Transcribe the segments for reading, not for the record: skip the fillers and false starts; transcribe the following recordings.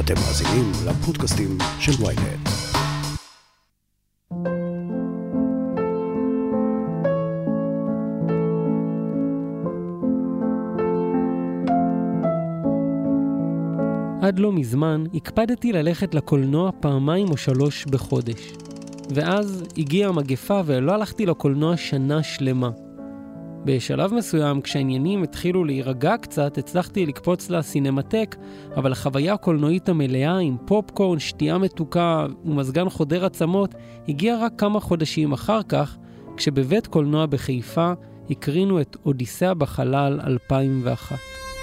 אתם מאזינים לפודקאסטים של ynet. עד לא מזמן הקפדתי ללכת לקולנוע 2 או 3 בחודש. ואז הגיעה המגפה ולא הלכתי לקולנוע שנה שלמה. בשלב מסוים, כשהעניינים התחילו להירגע קצת, הצלחתי לקפוץ לסינמטק, אבל החוויה הקולנועית המלאה עם פופקורן, שתייה מתוקה ומזגן חודר עצמות, הגיעה רק כמה חודשים אחר כך, כשבבית קולנוע בחיפה הקרינו את אודיסאה בחלל 2001.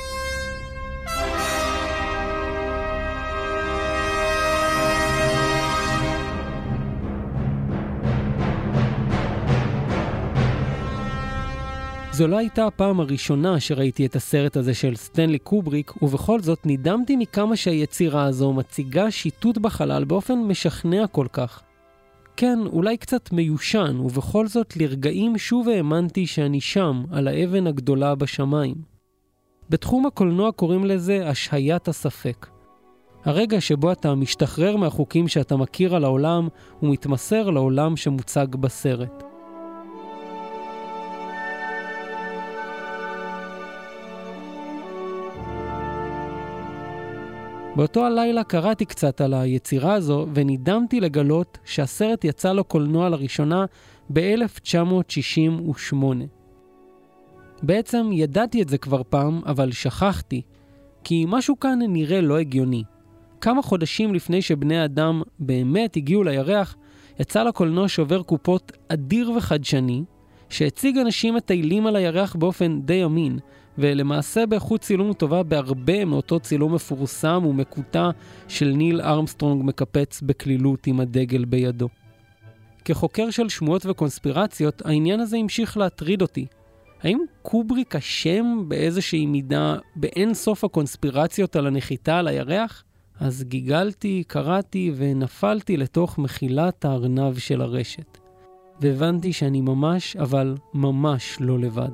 זו לא הייתה הפעם הראשונה שראיתי את הסרט הזה של סטנלי קובריק, ובכל זאת נדהמתי מכמה שהיצירה הזו מציגה שיטוט בחלל באופן משכנע כל כך. כן, אולי קצת מיושן, ובכל זאת לרגעים שוב האמנתי שאני שם, על האבן הגדולה בשמיים. בתחום הקולנוע קוראים לזה השהיית הספק. הרגע שבו אתה משתחרר מהחוקים שאתה מכיר על העולם, ומתמסר לעולם שמוצג בסרט. באותו הלילה קראתי קצת על היצירה הזו ונדהמתי לגלות שהסרט יצא לקולנוע לראשונה ב-1968. בעצם ידעתי את זה כבר פעם, אבל שכחתי, כי משהו כאן נראה לא הגיוני. כמה חודשים לפני שבני אדם באמת הגיעו לירח, יצא לקולנוע שובר קופות אדיר וחדשני, שהציג אנשים מטיילים על הירח באופן די אמין, ולמעשה באיכות צילום טובה בהרבה מאותו צילום מפורסם ומקוטע של ניל ארמסטרונג מקפץ בכלילות עם הדגל בידו. כחוקר של שמועות וקונספירציות, העניין הזה המשיך להטריד אותי. האם קובריק אשם באיזושהי מידה באין סוף הקונספירציות על הנחיתה על הירח? אז גיגלתי, קראתי ונפלתי לתוך מחילת הארנב של הרשת. והבנתי שאני ממש, אבל ממש לא לבד.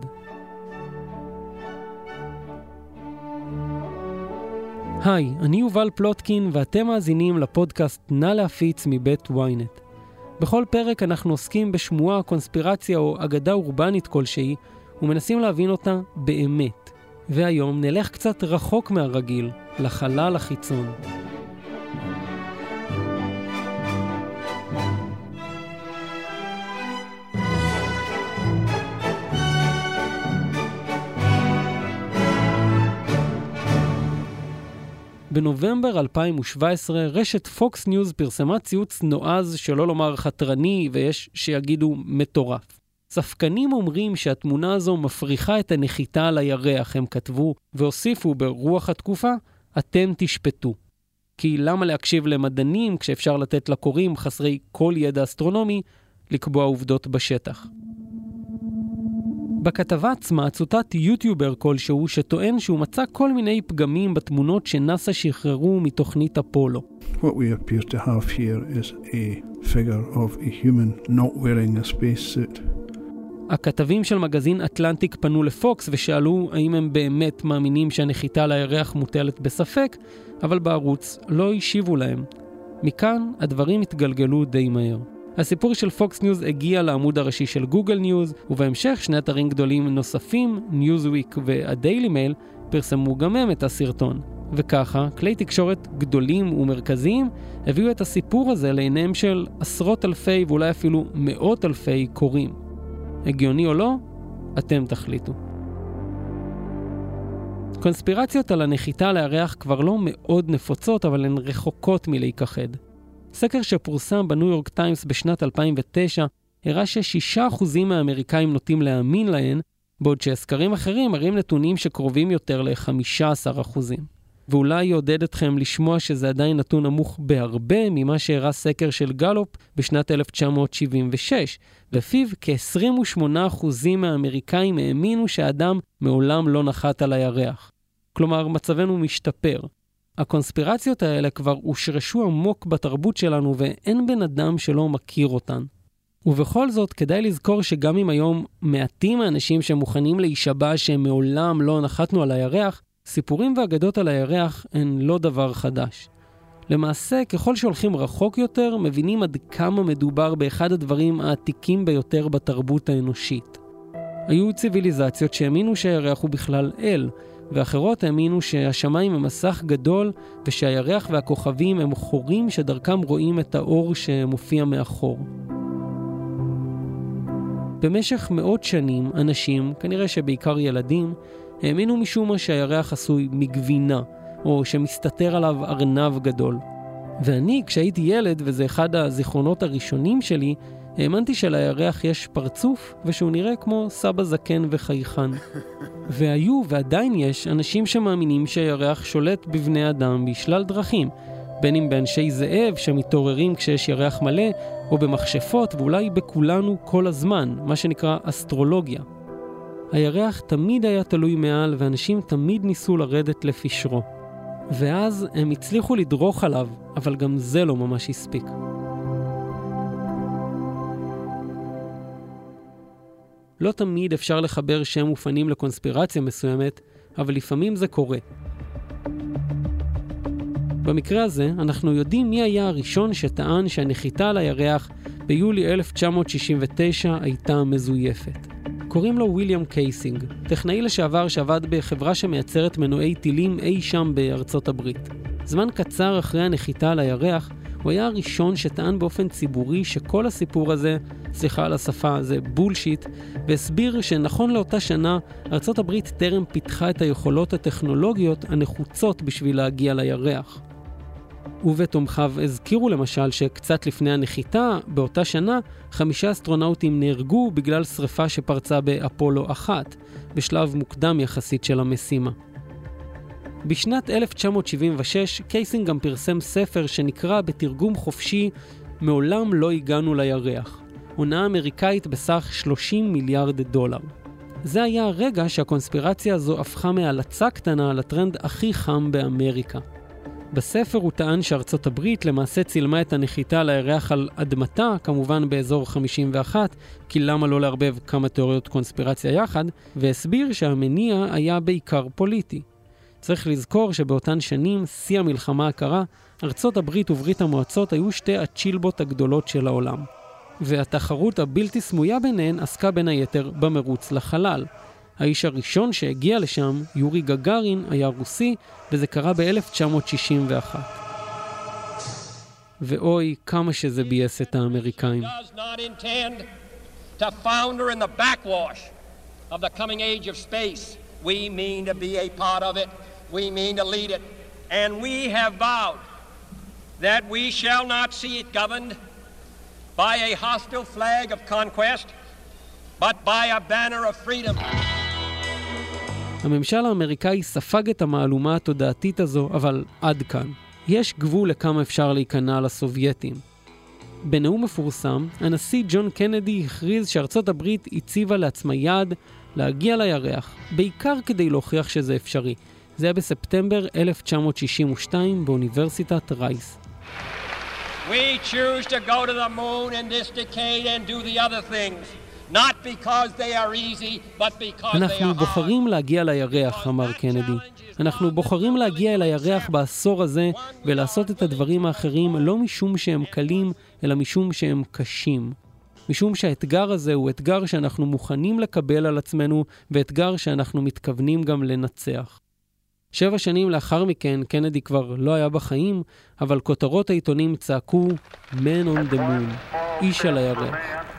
היי, אני יובל פלוטקין ואתם מאזינים לפודקאסט נא להפיץ מבית ynet. בכל פרק אנחנו עוסקים בשמועה, קונספירציה או אגדה אורבנית כלשהי ומנסים להבין אותה באמת. והיום נלך קצת רחוק מהרגיל, לחלל החיצון. בנובמבר 2017, רשת פוקס ניוז פרסמה ציוץ נועז, שלא לומר חתרני, ויש שיגידו מטורף. ספקנים אומרים שהתמונה הזו מפריחה את הנחיתה על הירח, הם כתבו, והוסיפו ברוח התקופה, אתם תשפטו. כי למה להקשיב למדענים כשאפשר לתת לקוראים חסרי כל ידע אסטרונומי לקבוע עובדות בשטח? בכתבה עצמה צוטט יוטיובר כלשהו שטוען שהוא מצא כל מיני פגמים בתמונות שנאסא שחררו מתוכנית אפולו. What we appear to have here is a figure of a human not wearing a spacesuit. הכתבים של מגזין אטלנטיק פנו לפוקס ושאלו האם הם באמת מאמינים שהנחיתה לירח מוטלת בספק, אבל בערוץ לא השיבו להם. מכאן הדברים התגלגלו די מהר. הסיפור של פוקס ניוז הגיע לעמוד הראשי של גוגל ניוז, ובהמשך שני אתרים גדולים נוספים, ניוזוויק והדיילי מייל, פרסמו גם הם את הסרטון. וככה, כלי תקשורת גדולים ומרכזיים הביאו את הסיפור הזה לעיניהם של עשרות אלפי ואולי אפילו מאות אלפי קוראים. הגיוני או לא? אתם תחליטו. קונספירציות על הנחיתה על הירח כבר לא מאוד נפוצות, אבל הן רחוקות מלהיכחד. סקר שפורסם בניו יורק טיימס בשנת 2009 הראה ש6% מהאמריקאים נוטים להאמין להן, בעוד שסקרים אחרים מראים נתונים שקרובים יותר ל-15%. ואולי יעודד אתכם לשמוע שזה עדיין נתון נמוך בהרבה ממה שהראה סקר של גלופ בשנת 1976, לפיו כ-28% מהאמריקאים האמינו שהאדם מעולם לא נחת על הירח. כלומר, מצבנו משתפר. הקונספירציות האלה כבר הושרשו עמוק בתרבות שלנו ואין בן אדם שלא מכיר אותן. ובכל זאת, כדאי לזכור שגם אם היום מעטים האנשים שמוכנים להישבע שהם מעולם לא נחתנו על הירח, סיפורים ואגדות על הירח הן לא דבר חדש. למעשה, ככל שהולכים רחוק יותר, מבינים עד כמה מדובר באחד הדברים העתיקים ביותר בתרבות האנושית. היו ציוויליזציות שהאמינו שהירח הוא בכלל אל, ואחרות האמינו שהשמיים הם מסך גדול, ושהירח והכוכבים הם חורים שדרכם רואים את האור שמופיע מאחור. במשך מאות שנים, אנשים, כנראה שבעיקר ילדים, האמינו משום מה שהירח עשוי מגבינה, או שמסתתר עליו ארנב גדול. ואני, כשהייתי ילד, וזה אחד הזיכרונות הראשונים שלי, האמנתי שלירח יש פרצוף, ושהוא נראה כמו סבא זקן וחייכן. והיו ועדיין יש אנשים שמאמינים שהירח שולט בבני אדם בשלל דרכים, בין אם באנשי זאב שמתעוררים כשיש ירח מלא, או במכשפות ואולי בכולנו כל הזמן, מה שנקרא אסטרולוגיה. הירח תמיד היה תלוי מעל, ואנשים תמיד ניסו לרדת לפשרו. ואז הם הצליחו לדרוך עליו, אבל גם זה לא ממש הספיק. לא תמיד אפשר לחבר שם ופנים לקונספירציה מסוימת, אבל לפעמים זה קורה. במקרה הזה, אנחנו יודעים מי היה הראשון שטען שהנחיתה על הירח ביולי 1969 הייתה מזויפת. קוראים לו ויליאם קייסינג, טכנאי לשעבר שעבד בחברה שמייצרת מנועי טילים אי שם בארצות הברית. זמן קצר אחרי הנחיתה על הירח, הוא היה הראשון שטען באופן ציבורי שכל הסיפור הזה, סליחה על השפה, זה בולשיט, והסביר שנכון לאותה שנה, ארצות הברית טרם פיתחה את היכולות הטכנולוגיות הנחוצות בשביל להגיע לירח. ובתומכיו הזכירו למשל שקצת לפני הנחיתה, באותה שנה, 5 אסטרונאוטים נהרגו בגלל שריפה שפרצה באפולו 1, בשלב מוקדם יחסית של המשימה. בשנת 1976, קייסינג גם פרסם ספר שנקרא בתרגום חופשי מעולם לא הגענו לירח, הונאה אמריקאית בסך $30 מיליארד. זה היה הרגע שהקונספירציה הזו הפכה מהלצה קטנה לטרנד הכי חם באמריקה. בספר הוא טען שארצות הברית למעשה צילמה את הנחיתה על הירח על אדמתה, כמובן באזור 51, כי למה לא לערבב כמה תיאוריות קונספירציה יחד, והסביר שהמניע היה בעיקר פוליטי. צריך לזכור שבאותן שנים, שיא המלחמה הקרה, ארצות הברית וברית המועצות היו שתי הצ'ילבות הגדולות של העולם. והתחרות הבלתי סמויה ביניהן עסקה בין היתר במרוץ לחלל. האיש הראשון שהגיע לשם, יורי גגארין, היה רוסי, וזה קרה ב-1961. ואוי, כמה שזה בייס את האמריקאים. We mean to be a part of it. We mean to lead it. And we have vowed that we shall not see it governed by a hostile flag of conquest, but by a banner of freedom. הממשל האמריקאי ספג את המהלומה התודעתית הזו, אבל עד כאן. יש גבול לכמה אפשר להיכנע לסובייטים. בנאום מפורסם, הנשיא ג'ון קנדי הכריז שארצות הברית הציבה לעצמה יעד להגיע לירח, בעיקר כדי להוכיח שזה אפשרי. זה היה בספטמבר 1962 באוניברסיטת רייס. We choose to go to the moon in this decade and do the other things, not because they are easy, but because they are hard. אנחנו בוחרים להגיע לירח, אמר קנדי. אנחנו בוחרים להגיע אל הירח בעשור הזה ולעשות את הדברים האחרים לא משום שהם קלים, אלא משום שהם קשים. משום שהאתגר הזה הוא אתגר שאנחנו מוכנים לקבל על עצמנו, ואתגר שאנחנו מתכוונים גם לנצח. 7 שנים לאחר מכן, קנדי כבר לא היה בחיים, אבל כותרות העיתונים צעקו Man on the Moon, איש על הירח.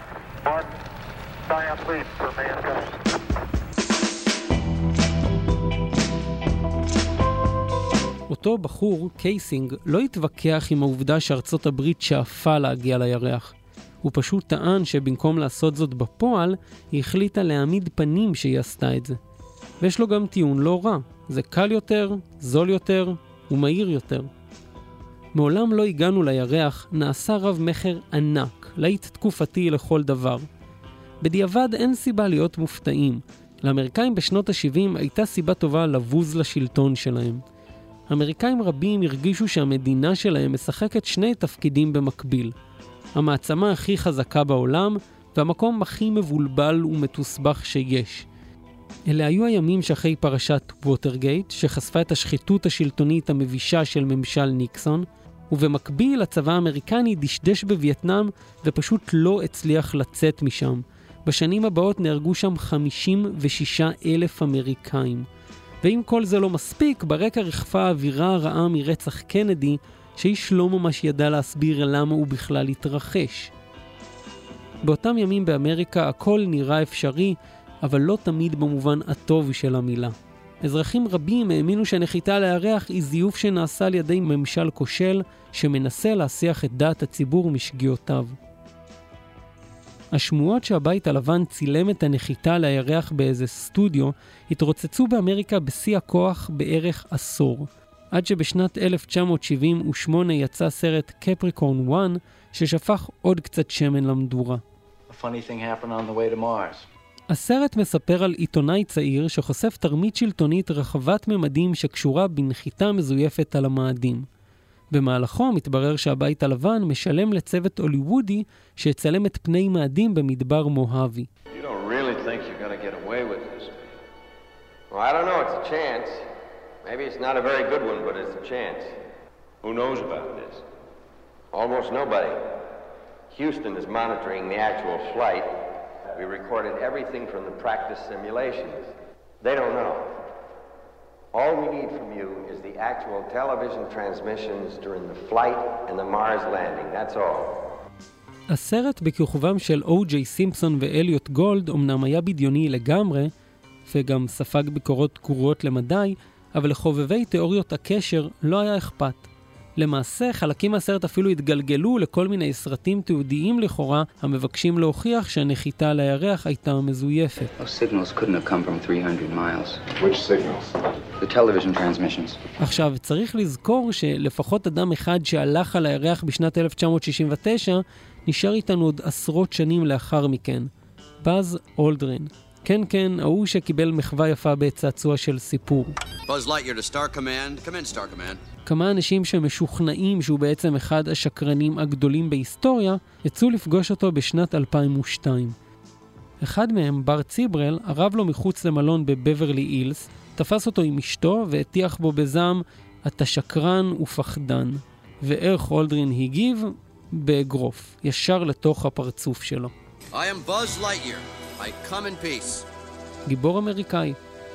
אותו בחור, קייסינג, לא התווכח עם העובדה שארצות הברית שאפה להגיע לירח. הוא פשוט טען שבמקום לעשות זאת בפועל, היא החליטה להעמיד פנים שהיא עשתה את זה. ויש לו גם טיעון לא רע. זה קל יותר, זול יותר ומהיר יותר. מעולם לא הגענו לירח, נעשה רב מחר ענק, להיט תקופתי לכל דבר. בדיעבד אין סיבה להיות מופתעים. לאמריקאים בשנות ה-70 הייתה סיבה טובה לבוז לשלטון שלהם. אמריקאים רבים הרגישו שהמדינה שלהם משחקת 2 תפקידים במקביל. המעצמה הכי חזקה בעולם, והמקום הכי מבולבל ומתוסבך שיש. אלה היו הימים שאחרי פרשת ווטרגייט, שחשפה את השחיתות השלטונית המבישה של ממשל ניקסון, ובמקביל הצבא האמריקני דשדש בווייטנאם ופשוט לא הצליח לצאת משם. בשנים הבאות נהרגו שם 56,000 אמריקאים. ואם כל זה לא מספיק, ברקע רחפה האווירה הרעה מרצח קנדי, שאיש לא ממש ידע להסביר למה הוא בכלל התרחש. באותם ימים באמריקה הכל נראה אפשרי, אבל לא תמיד במובן הטוב של המילה. אזרחים רבים האמינו שהנחיתה על הירח היא זיוף שנעשה על ידי ממשל כושל שמנסה להסיח את דעת הציבור משגיאותיו. השמועות שהבית הלבן צילם את הנחיתה על הירח באיזה סטודיו התרוצצו באמריקה בשיא הכוח בערך עשור, עד שבשנת 1978 יצא סרט קפריקורן 1 ששפך עוד קצת שמן למדורה. הסרט מספר על עיתונאי צעיר שחושף תרמית שלטונית רחבת ממדים שקשורה בנחיתה מזויפת על המאדים. במהלכו מתברר שהבית הלבן משלם לצוות הוליוודי שיצלם את פני מאדים במדבר מוהאבי. You don't really think you're going to get away with this? Well, I don't know, it's a chance. Maybe it's not a very good one, but it's a chance. Who knows about this? Almost nobody. Houston is monitoring the actual flight. We recorded everything from the practice simulations. They don't know. All we need from you is the actual television transmissions during the flight and the Mars landing. That's all. הסרט בכיכובם של או.ג'יי סימפסון ואליוט גולד אמנם היה בדיוני לגמרי, וגם ספג ביקורות גרועות למדי, אבל לחובבי תיאוריות הקשר לא היה אכפת. למעשה, חלקים מהסרט אפילו התגלגלו לכל מיני סרטים תיעודיים לכאורה, המבקשים להוכיח שהנחיתה על הירח הייתה מזויפת. Those signals couldn't have come from 300 miles. Which signals? The television transmissions. עכשיו, צריך לזכור שלפחות אדם אחד שהלך על הירח בשנת 1969, נשאר איתנו עוד עשרות שנים לאחר מכן. באז אולדרין. כן, ההוא שקיבל מחווה יפה בצעצוע של סיפור. Buzz Lightyear to Star Command. Come in, Star Command. כמה אנשים שמשוכנעים שהוא בעצם אחד השקרנים הגדולים בהיסטוריה, יצאו לפגוש אותו בשנת 2002. אחד מהם, בר ציברל, ערב לו מחוץ למלון בבברלי הילס, תפס אותו עם אשתו והטיח בו בזעם, אתה שקרן ופחדן. ואיך אולדרין הגיב? באגרוף, ישר לתוך הפרצוף שלו. I am Buzz Lightyear. I come in peace. גיבור אמריקאי.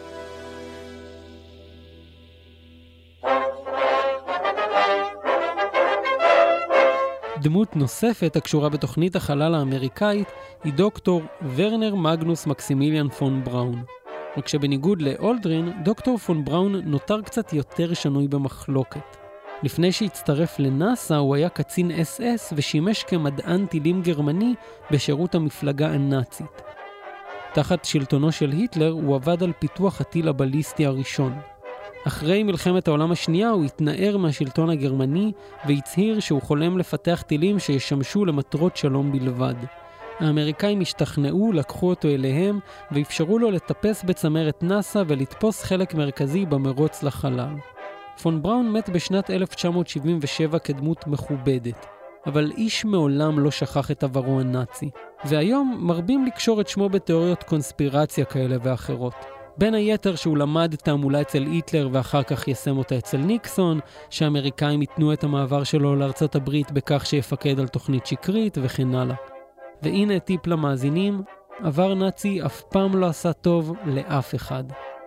דמות נוספת הקשורה בתוכנית החלל האמריקאית היא דוקטור ורנר מגנוס מקסימיליאן פון בראון. רק שבניגוד לאולדרין, דוקטור פון בראון נותר קצת יותר שנוי במחלוקת. לפני שהצטרף לנאסא הוא היה קצין SS ושימש כמדען טילים גרמני בשירות המפלגה הנאצית. תחת שלטונו של היטלר הוא עבד על פיתוח הטיל הבליסטי הראשון. אחרי מלחמת העולם השנייה הוא התנער מהשלטון הגרמני והצהיר שהוא חולם לפתח טילים שישמשו למטרות שלום בלבד. האמריקאים השתכנעו, לקחו אותו אליהם ואפשרו לו לטפס בצמרת נאסא ולתפוס חלק מרכזי במרוץ לחלל. פון בראון מת בשנת 1977 כדמות מכובדת, אבל איש מעולם לא שכח את עברו הנאצי. והיום מרבים לקשור את שמו בתיאוריות קונספירציה כאלה ואחרות. בין היתר שהוא למד תעמולה אצל היטלר ואחר כך יסם אותה אצל ניקסון, שהאמריקאים יתנו את המעבר שלו לארצות הברית בכך שיפקד על תוכנית שקרית וכן הלאה. והנה טיפ למאזינים, עבר נאצי אף פעם לא עשה טוב לאף אחד.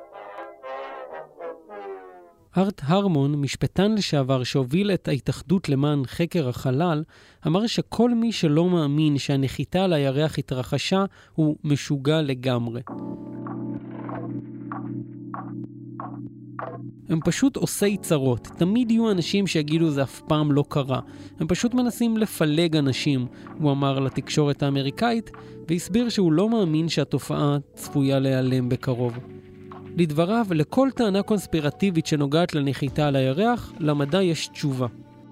ארט הרמון, משפטן לשעבר שהוביל את ההתאחדות למען חקר החלל, אמר שכל מי שלא מאמין שהנחיתה על הירח התרחשה הוא משוגע לגמרי. הם פשוט עושי צרות. תמיד יהיו אנשים שיגידו זה אף פעם לא קרה. הם פשוט מנסים לפלג אנשים, הוא אמר לתקשורת האמריקאית, והסביר שהוא לא מאמין שהתופעה צפויה להיעלם בקרוב. לדבריו, לכל טענה קונספירטיבית שנוגעת לנחיתה על הירח, למדע יש תשובה.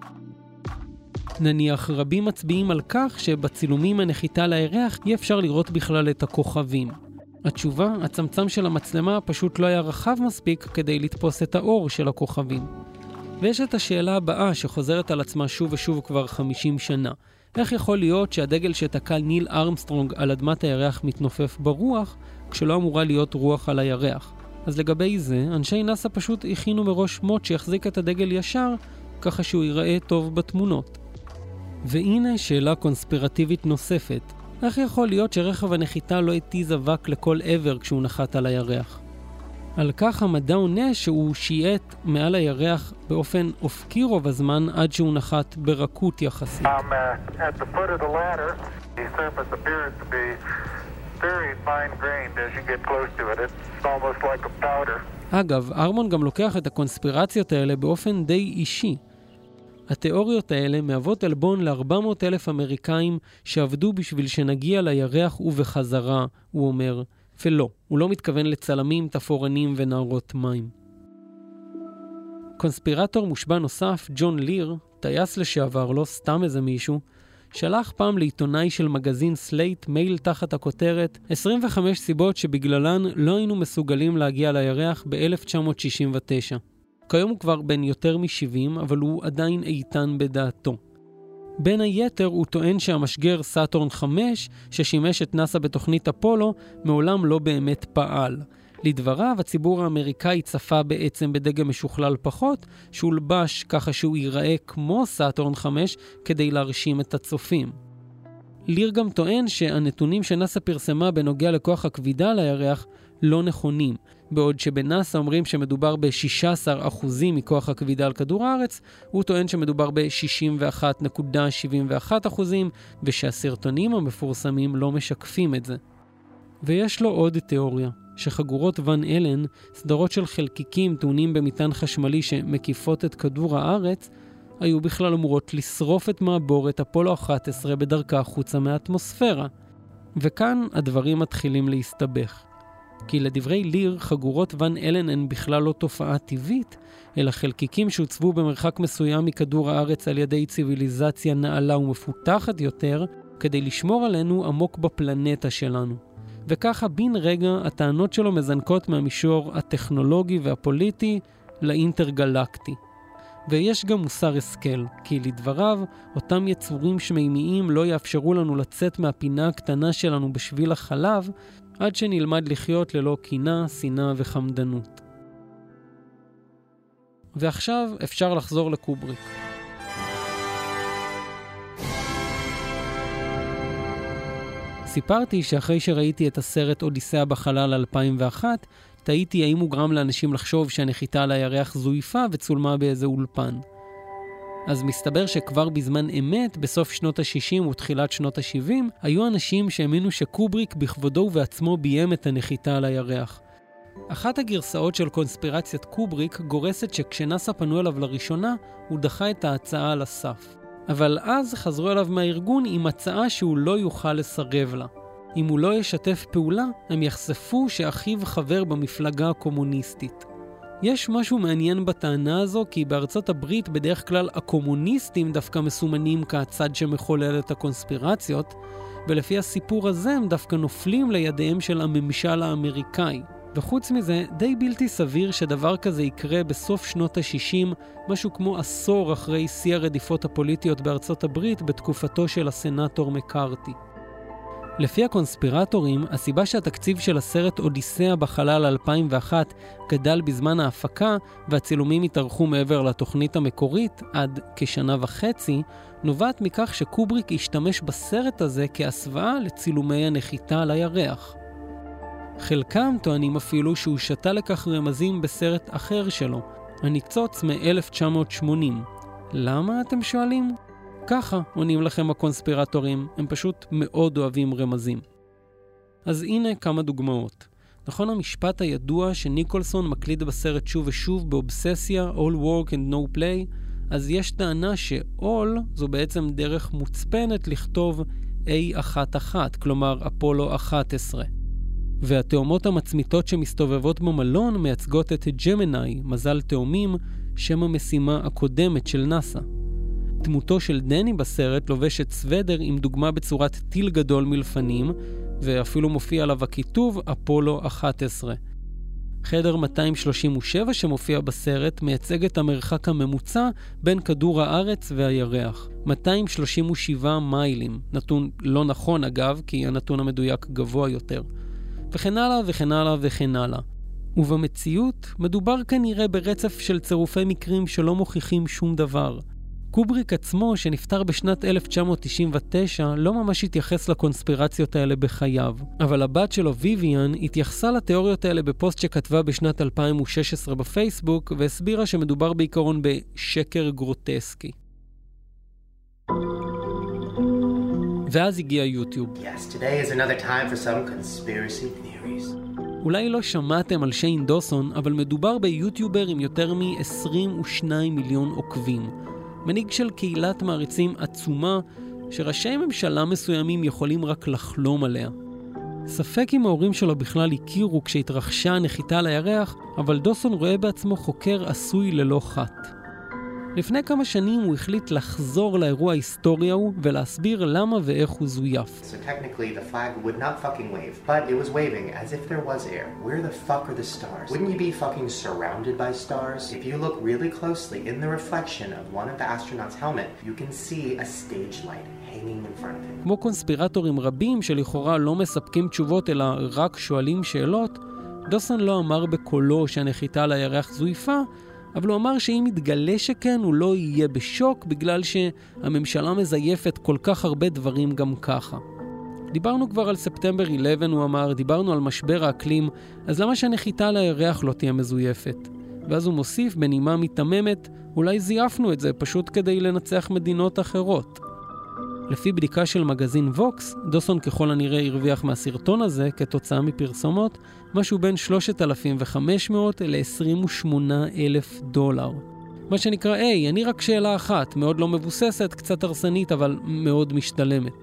נניח, רבים מצביעים על כך שבצילומים הנחיתה על הירח אי אפשר לראות בכלל את הכוכבים. התשובה, הצמצם של המצלמה פשוט לא היה רחב מספיק כדי לתפוס את האור של הכוכבים. ויש את השאלה הבאה שחוזרת על עצמה שוב ושוב כבר 50 שנה. איך יכול להיות שהדגל שתקע ניל ארמסטרונג על אדמת הירח מתנופף ברוח, כשלא אמורה להיות רוח על הירח? אז לגבי זה, אנשי נאסא פשוט הכינו מראש מוט שיחזיק את הדגל ישר, ככה שהוא ייראה טוב בתמונות. והנה שאלה קונספירטיבית נוספת. איך יכול להיות שרכב הנחיתה לא התיז אבק לכל עבר כשהוא נחת על הירח? על כך המדע עונה שהוא שייט מעל הירח באופן אופקי רוב הזמן עד שהוא נחת ברכות יחסית. אגב, ארמון גם לוקח את הקונספירציות האלה באופן די אישי. התיאוריות האלה מהוות עלבון ל-400,000 אמריקאים שעבדו בשביל שנגיע לירח ובחזרה, הוא אומר. ולא, הוא לא מתכוון לצלמים, תפורנים ונערות מים. קונספירטור מושבע נוסף, ג'ון ליר, טייס לשעבר, לא סתם איזה מישהו, שלח פעם לעיתונאי של מגזין סלייט מייל תחת הכותרת 25 סיבות שבגללן לא היינו מסוגלים להגיע לירח ב-1969. כיום הוא כבר בן יותר מ-70, אבל הוא עדיין איתן בדעתו. בין היתר הוא טוען שהמשגר סאטורן 5, ששימש את נאסא בתוכנית אפולו, מעולם לא באמת פעל. לדבריו, הציבור האמריקאי צפה בעצם בדגם משוכלל פחות, שהולבש ככה שהוא ייראה כמו סאטורן 5 כדי להרשים את הצופים. ליר גם טוען שהנתונים שנאסא פרסמה בנוגע לכוח הכבידה לירח לא נכונים. בעוד שבנאסא אומרים שמדובר ב-16% מכוח הכבידה על כדור הארץ, הוא טוען שמדובר ב-61.71% ושהסרטונים המפורסמים לא משקפים את זה. ויש לו עוד תיאוריה, שחגורות ון אלן, סדרות של חלקיקים טעונים במטען חשמלי שמקיפות את כדור הארץ, היו בכלל אמורות לשרוף את מעבורת אפולו 11 בדרכה החוצה מהאטמוספירה. וכאן הדברים מתחילים להסתבך. כי לדברי ליר, חגורות ון אלן הן בכלל לא תופעה טבעית, אלא חלקיקים שהוצבו במרחק מסוים מכדור הארץ על ידי ציוויליזציה נעלה ומפותחת יותר, כדי לשמור עלינו עמוק בפלנטה שלנו. וככה בין רגע הטענות שלו מזנקות מהמישור הטכנולוגי והפוליטי לאינטרגלקטי. ויש גם מוסר השכל, כי לדבריו, אותם יצורים שמימיים לא יאפשרו לנו לצאת מהפינה הקטנה שלנו בשביל החלב, עד שנלמד לחיות ללא קינה, שנאה וחמדנות. ועכשיו אפשר לחזור לקובריק. סיפרתי שאחרי שראיתי את הסרט אודיסאה בחלל 2001, תהיתי האם הוא גרם לאנשים לחשוב שהנחיתה על הירח זויפה וצולמה באיזה אולפן. אז מסתבר שכבר בזמן אמת, בסוף שנות ה-60 ותחילת שנות ה-70, היו אנשים שהאמינו שקובריק בכבודו ובעצמו ביים את הנחיתה על הירח. אחת הגרסאות של קונספירציית קובריק גורסת שכשנאסא פנו אליו לראשונה, הוא דחה את ההצעה על הסף. אבל אז חזרו אליו מהארגון עם הצעה שהוא לא יוכל לסרב לה. אם הוא לא ישתף פעולה, הם יחשפו שאחיו חבר במפלגה הקומוניסטית. יש משהו מעניין בטענה הזו, כי בארצות הברית בדרך כלל הקומוניסטים דווקא מסומנים כצד שמחולל את הקונספירציות, ולפי הסיפור הזה הם דווקא נופלים לידיהם של הממשל האמריקאי. וחוץ מזה, די בלתי סביר שדבר כזה יקרה בסוף שנות ה-60, משהו כמו עשור אחרי שיא הרדיפות הפוליטיות בארצות הברית בתקופתו של הסנאטור מקארתי. לפי הקונספירטורים, הסיבה שהתקציב של הסרט אודיסאה בחלל 2001 גדל בזמן ההפקה והצילומים התארכו מעבר לתוכנית המקורית עד כשנה וחצי, נובעת מכך שקובריק השתמש בסרט הזה כהסוואה לצילומי הנחיתה על הירח. חלקם טוענים אפילו שהוא שתה לכך רמזים בסרט אחר שלו, הניצוץ מ-1980. למה אתם שואלים? ככה עונים לכם הקונספירטורים, הם פשוט מאוד אוהבים רמזים. אז הנה כמה דוגמאות. נכון המשפט הידוע שניקולסון מקליד בסרט שוב ושוב באובססיה, all work and no play, אז יש טענה ש-all זו בעצם דרך מוצפנת לכתוב A11, כלומר אפולו 11. והתאומות המצמיתות שמסתובבות במלון מייצגות את ג'מיני, מזל תאומים, שם המשימה הקודמת של נאסא. דמותו של דני בסרט לובשת סוודר עם דוגמה בצורת טיל גדול מלפנים, ואפילו מופיע עליו הכיתוב אפולו 11. חדר 237 שמופיע בסרט מייצג את המרחק הממוצע בין כדור הארץ והירח. 237 מיילים. נתון לא נכון אגב, כי הנתון המדויק גבוה יותר. וכן הלאה וכן הלאה וכן הלאה. ובמציאות מדובר כנראה ברצף של צירופי מקרים שלא מוכיחים שום דבר. קובריק עצמו, שנפטר בשנת 1999, לא ממש התייחס לקונספירציות האלה בחייו. אבל הבת שלו, ויויאן, התייחסה לתיאוריות האלה בפוסט שכתבה בשנת 2016 בפייסבוק, והסבירה שמדובר בעיקרון בשקר גרוטסקי. ואז הגיע יוטיוב. Yes, today is another time for some conspiracy theories. אולי לא שמעתם על שיין דוסון, אבל מדובר ביוטיובר עם יותר מ-22 מיליון עוקבים. מנהיג של קהילת מעריצים עצומה, שראשי ממשלה מסוימים יכולים רק לחלום עליה. ספק אם ההורים שלו בכלל הכירו כשהתרחשה הנחיתה על הירח, אבל דוסון רואה בעצמו חוקר עשוי ללא חת. לפני כמה שנים הוא החליט לחזור לאירוע ההיסטורי ההוא ולהסביר למה ואיך הוא זויף. So technically the flag would not fucking wave, but it was waving as if there was air. Where the fuck are the stars? Wouldn't you be fucking surrounded by stars? If you look really closely in the reflection of one of the astronaut's helmet, you can see a stage light hanging in front of him. כמו קונספירטורים רבים שלכאורה לא מספקים תשובות אלא רק שואלים שאלות, דוסון לא אמר בקולו שהנחיתה על הירח זויפה, אבל הוא אמר שאם יתגלה שכן, הוא לא יהיה בשוק בגלל שהממשלה מזייפת כל כך הרבה דברים גם ככה. דיברנו כבר על ספטמבר 11, הוא אמר, דיברנו על משבר האקלים, אז למה שהנחיתה על הירח לא תהיה מזויפת? ואז הוא מוסיף בנימה מתממת, אולי זייפנו את זה פשוט כדי לנצח מדינות אחרות. לפי בדיקה של מגזין ווקס, דוסון ככל הנראה הרוויח מהסרטון הזה כתוצאה מפרסומות, משהו בין 3,500 ל-28,000 דולר. מה שנקרא, אני רק שאלה אחת, מאוד לא מבוססת, קצת הרסנית, אבל מאוד משתלמת.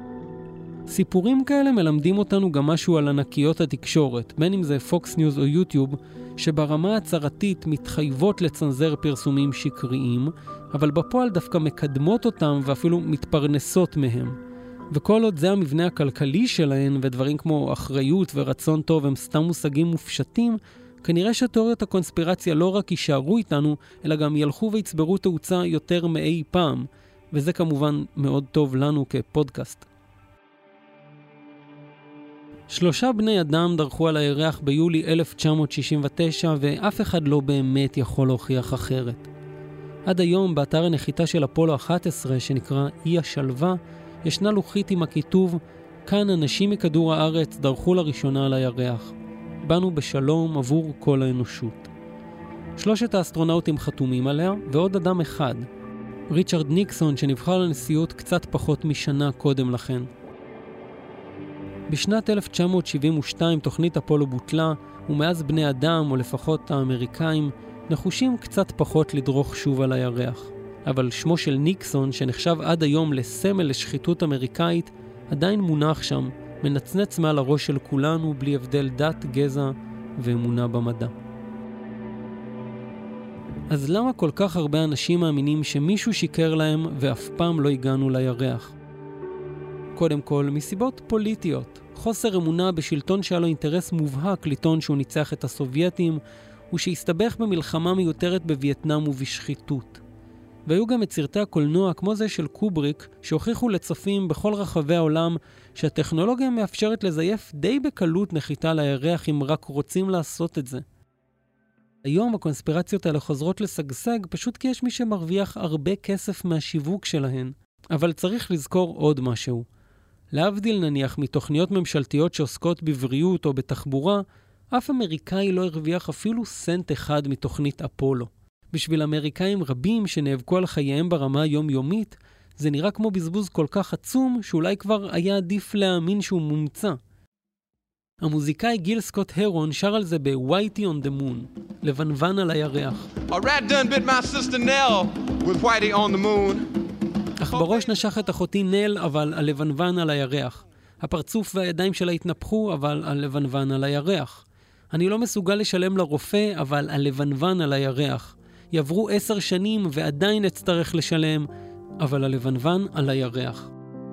סיפורים כאלה מלמדים אותנו גם משהו על ענקיות התקשורת, בין אם זה פוקס ניוז או יוטיוב, שברמה הצהרתית מתחייבות לצנזר פרסומים שקריים, אבל בפועל דווקא מקדמות אותם ואפילו מתפרנסות מהם. וכל עוד זה המבנה הכלכלי שלהן, ודברים כמו אחריות ורצון טוב הם סתם מושגים מופשטים, כנראה שתיאוריות הקונספירציה לא רק יישארו איתנו, אלא גם ילכו ויצברו תאוצה יותר מאי פעם, וזה כמובן מאוד טוב לנו כפודקאסט. 3 בני אדם דרכו על הירח ביולי 1969, ואף אחד לא באמת יכול להוכיח אחרת. עד היום, באתר הנחיתה של אפולו 11, שנקרא אי השלווה, ישנה לוחית עם הכיתוב, כאן אנשים מכדור הארץ דרכו לראשונה על הירח. באנו בשלום עבור כל האנושות. 3 האסטרונאוטים חתומים עליה, ועוד אדם אחד, ריצ'רד ניקסון, שנבחר לנשיאות קצת פחות משנה קודם לכן. בשנת 1972 תוכנית אפולו בוטלה, ומאז בני אדם, או לפחות האמריקאים, נחושים קצת פחות לדרוך שוב על הירח. אבל שמו של ניקסון, שנחשב עד היום לסמל לשחיתות אמריקאית, עדיין מונח שם, מנצנץ מעל הראש של כולנו בלי הבדל דת, גזע ואמונה במדע. אז למה כל כך הרבה אנשים מאמינים שמישהו שיקר להם ואף פעם לא הגענו לירח? קודם כל, מסיבות פוליטיות. חוסר אמונה בשלטון שהיה לו אינטרס מובהק לטעון שהוא ניצח את הסובייטים, ושהסתבך במלחמה מיותרת בווייטנאם ובשחיתות. והיו גם את סרטי הקולנוע כמו זה של קובריק, שהוכיחו לצופים בכל רחבי העולם שהטכנולוגיה מאפשרת לזייף די בקלות נחיתה לירח אם רק רוצים לעשות את זה. היום הקונספירציות האלה חוזרות לשגשג פשוט כי יש מי שמרוויח הרבה כסף מהשיווק שלהן. אבל צריך לזכור עוד משהו. להבדיל נניח מתוכניות ממשלתיות שעוסקות בבריאות או בתחבורה, אף אמריקאי לא הרוויח אפילו סנט אחד מתוכנית אפולו. בשביל אמריקאים רבים שנאבקו על חייהם ברמה היומיומית, זה נראה כמו בזבוז כל כך עצום שאולי כבר היה עדיף להאמין שהוא מומצא. המוזיקאי גיל סקוט הרון שר על זה ב-Whitey on the Moon, לבנוון על הירח. A rat done bit my sister Nell with Whitey on the moon. אך בראש נשך את אחותי נל, אבל הלבנוון על הירח. הפרצוף והידיים שלה התנפחו, אבל הלבנוון על הירח. אני לא מסוגל לשלם לרופא, אבל הלבנוון על הירח. יעברו 10 שנים ועדיין אצטרך לשלם, אבל הלבנוון על הירח.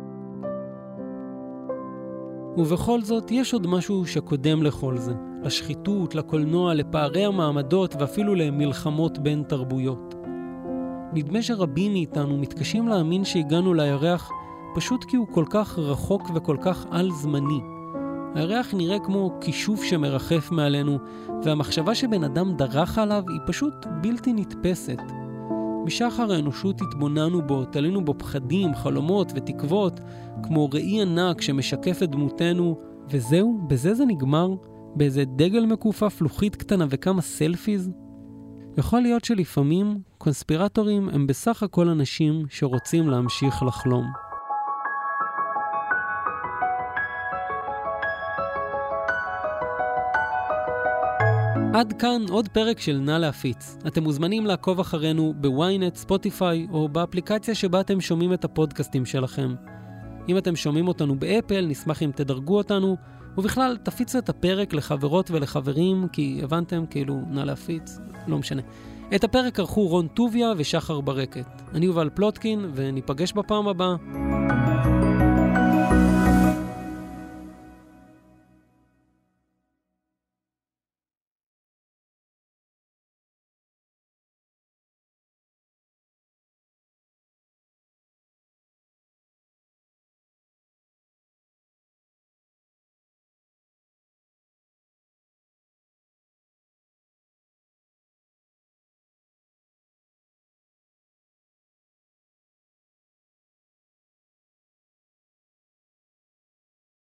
ובכל זאת, יש עוד משהו שקודם לכל זה. לשחיתות, לקולנוע, לפערי המעמדות ואפילו למלחמות בין תרבויות. נדמה שרבים מאיתנו מתקשים להאמין שהגענו לירח פשוט כי הוא כל כך רחוק וכל כך על זמני. הירח נראה כמו כישוף שמרחף מעלינו, והמחשבה שבן אדם דרך עליו היא פשוט בלתי נתפסת. משחר האנושות התבוננו בו, תלינו בו פחדים, חלומות ותקוות, כמו ראי ענק שמשקף את דמותנו, וזהו, בזה זה נגמר, באיזה דגל מקופף, לוחית קטנה וכמה סלפיז. יכול להיות שלפעמים קונספירטורים הם בסך הכל אנשים שרוצים להמשיך לחלום. עד כאן עוד פרק של נא להפיץ. אתם מוזמנים לעקוב אחרינו בוויינט, ספוטיפיי או באפליקציה שבה אתם שומעים את הפודקאסטים שלכם. אם אתם שומעים אותנו באפל, נשמח אם תדרגו אותנו, ובכלל תפיצו את הפרק לחברות ולחברים, כי הבנתם כאילו נא להפיץ, לא משנה. את הפרק ערכו רון טוביה ושחר ברקת. אני יובל פלוטקין, וניפגש בפעם הבאה.